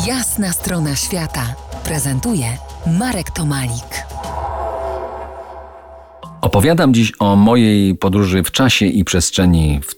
Jasna strona świata prezentuje Marek Tomalik. Opowiadam dziś o mojej podróży w czasie i przestrzeni w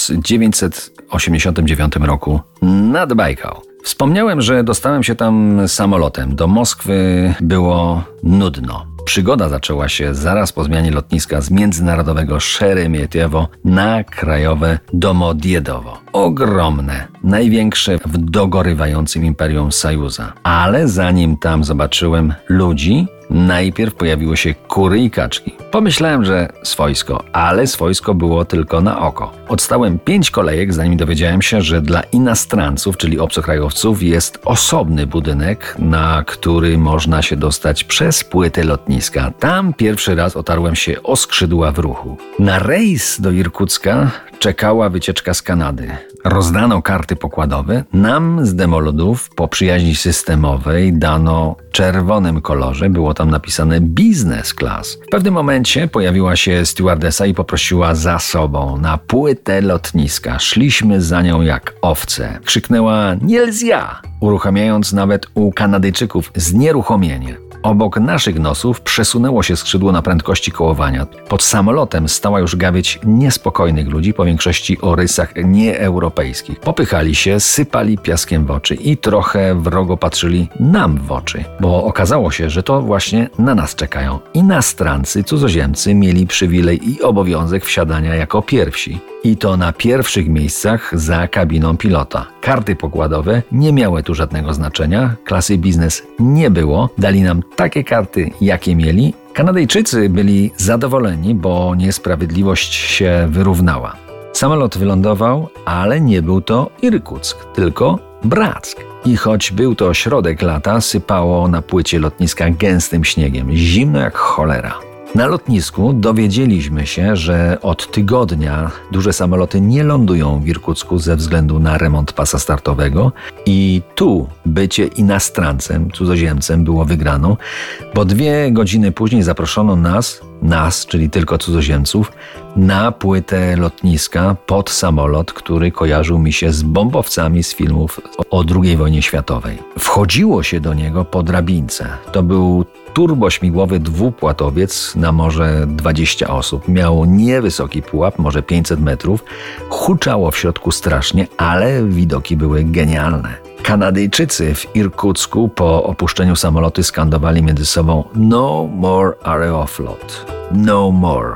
1989 roku nad Bajkał. Wspomniałem, że dostałem się tam samolotem. Do Moskwy było nudno. Przygoda zaczęła się zaraz po zmianie lotniska z międzynarodowego Szeremietiewo na krajowe Domodjedowo. Ogromne, największe w dogorywającym imperium Sojuza. Ale zanim tam zobaczyłem ludzi, najpierw pojawiły się kury i kaczki. Pomyślałem, że swojsko, ale swojsko było tylko na oko. Odstałem 5 kolejek, zanim dowiedziałem się, że dla inastranców, czyli obcokrajowców, jest osobny budynek, na który można się dostać przez płyty lotniska. Tam pierwszy raz otarłem się o skrzydła w ruchu. Na rejs do Irkucka czekała wycieczka z Kanady. Rozdano karty pokładowe. Nam z demoludów po przyjaźni systemowej dano czerwonym kolorze. Było tam napisane business class. W pewnym momencie pojawiła się stewardesa i poprosiła za sobą na płytę lotniska. Szliśmy za nią jak owce. Krzyknęła "Nielzja", uruchamiając nawet u Kanadyjczyków znieruchomienie. Obok naszych nosów przesunęło się skrzydło na prędkości kołowania. Pod samolotem stała już gawieć niespokojnych ludzi, po większości o rysach nieeuropejskich. Popychali się, sypali piaskiem w oczy i trochę wrogo patrzyli nam w oczy, bo okazało się, że to właśnie na nas czekają. Inastrańcy, cudzoziemcy mieli przywilej i obowiązek wsiadania jako pierwsi. I to na pierwszych miejscach za kabiną pilota. Karty pokładowe nie miały tu żadnego znaczenia, klasy biznes nie było, dali nam takie karty, jakie mieli. Kanadyjczycy byli zadowoleni, bo niesprawiedliwość się wyrównała. Samolot wylądował, ale nie był to Irkuck, tylko Brack. I choć był to środek lata, sypało na płycie lotniska gęstym śniegiem, zimno jak cholera. Na lotnisku dowiedzieliśmy się, że od tygodnia duże samoloty nie lądują w Irkucku ze względu na remont pasa startowego i tu bycie inastrancem, cudzoziemcem było wygraną, bo 2 godziny później zaproszono nas, czyli tylko cudzoziemców, na płytę lotniska pod samolot, który kojarzył mi się z bombowcami z filmów o II wojnie światowej. Wchodziło się do niego po drabince. To był turbośmigłowy dwupłatowiec na może 20 osób. Miał niewysoki pułap, może 500 metrów. Huczało w środku strasznie, ale widoki były genialne. Kanadyjczycy w Irkucku po opuszczeniu samolotu skandowali między sobą "No more Aeroflot, no more".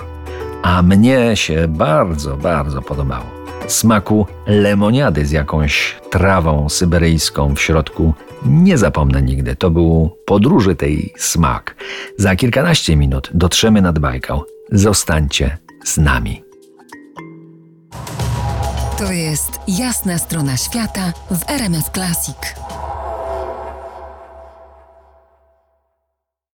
A mnie się bardzo, bardzo podobało. Smaku lemoniady z jakąś trawą syberyjską w środku nie zapomnę nigdy. To był podróży tej smak. Za kilkanaście minut dotrzemy nad Bajkał. Zostańcie z nami. To jest Jasna strona świata w RMF Classic.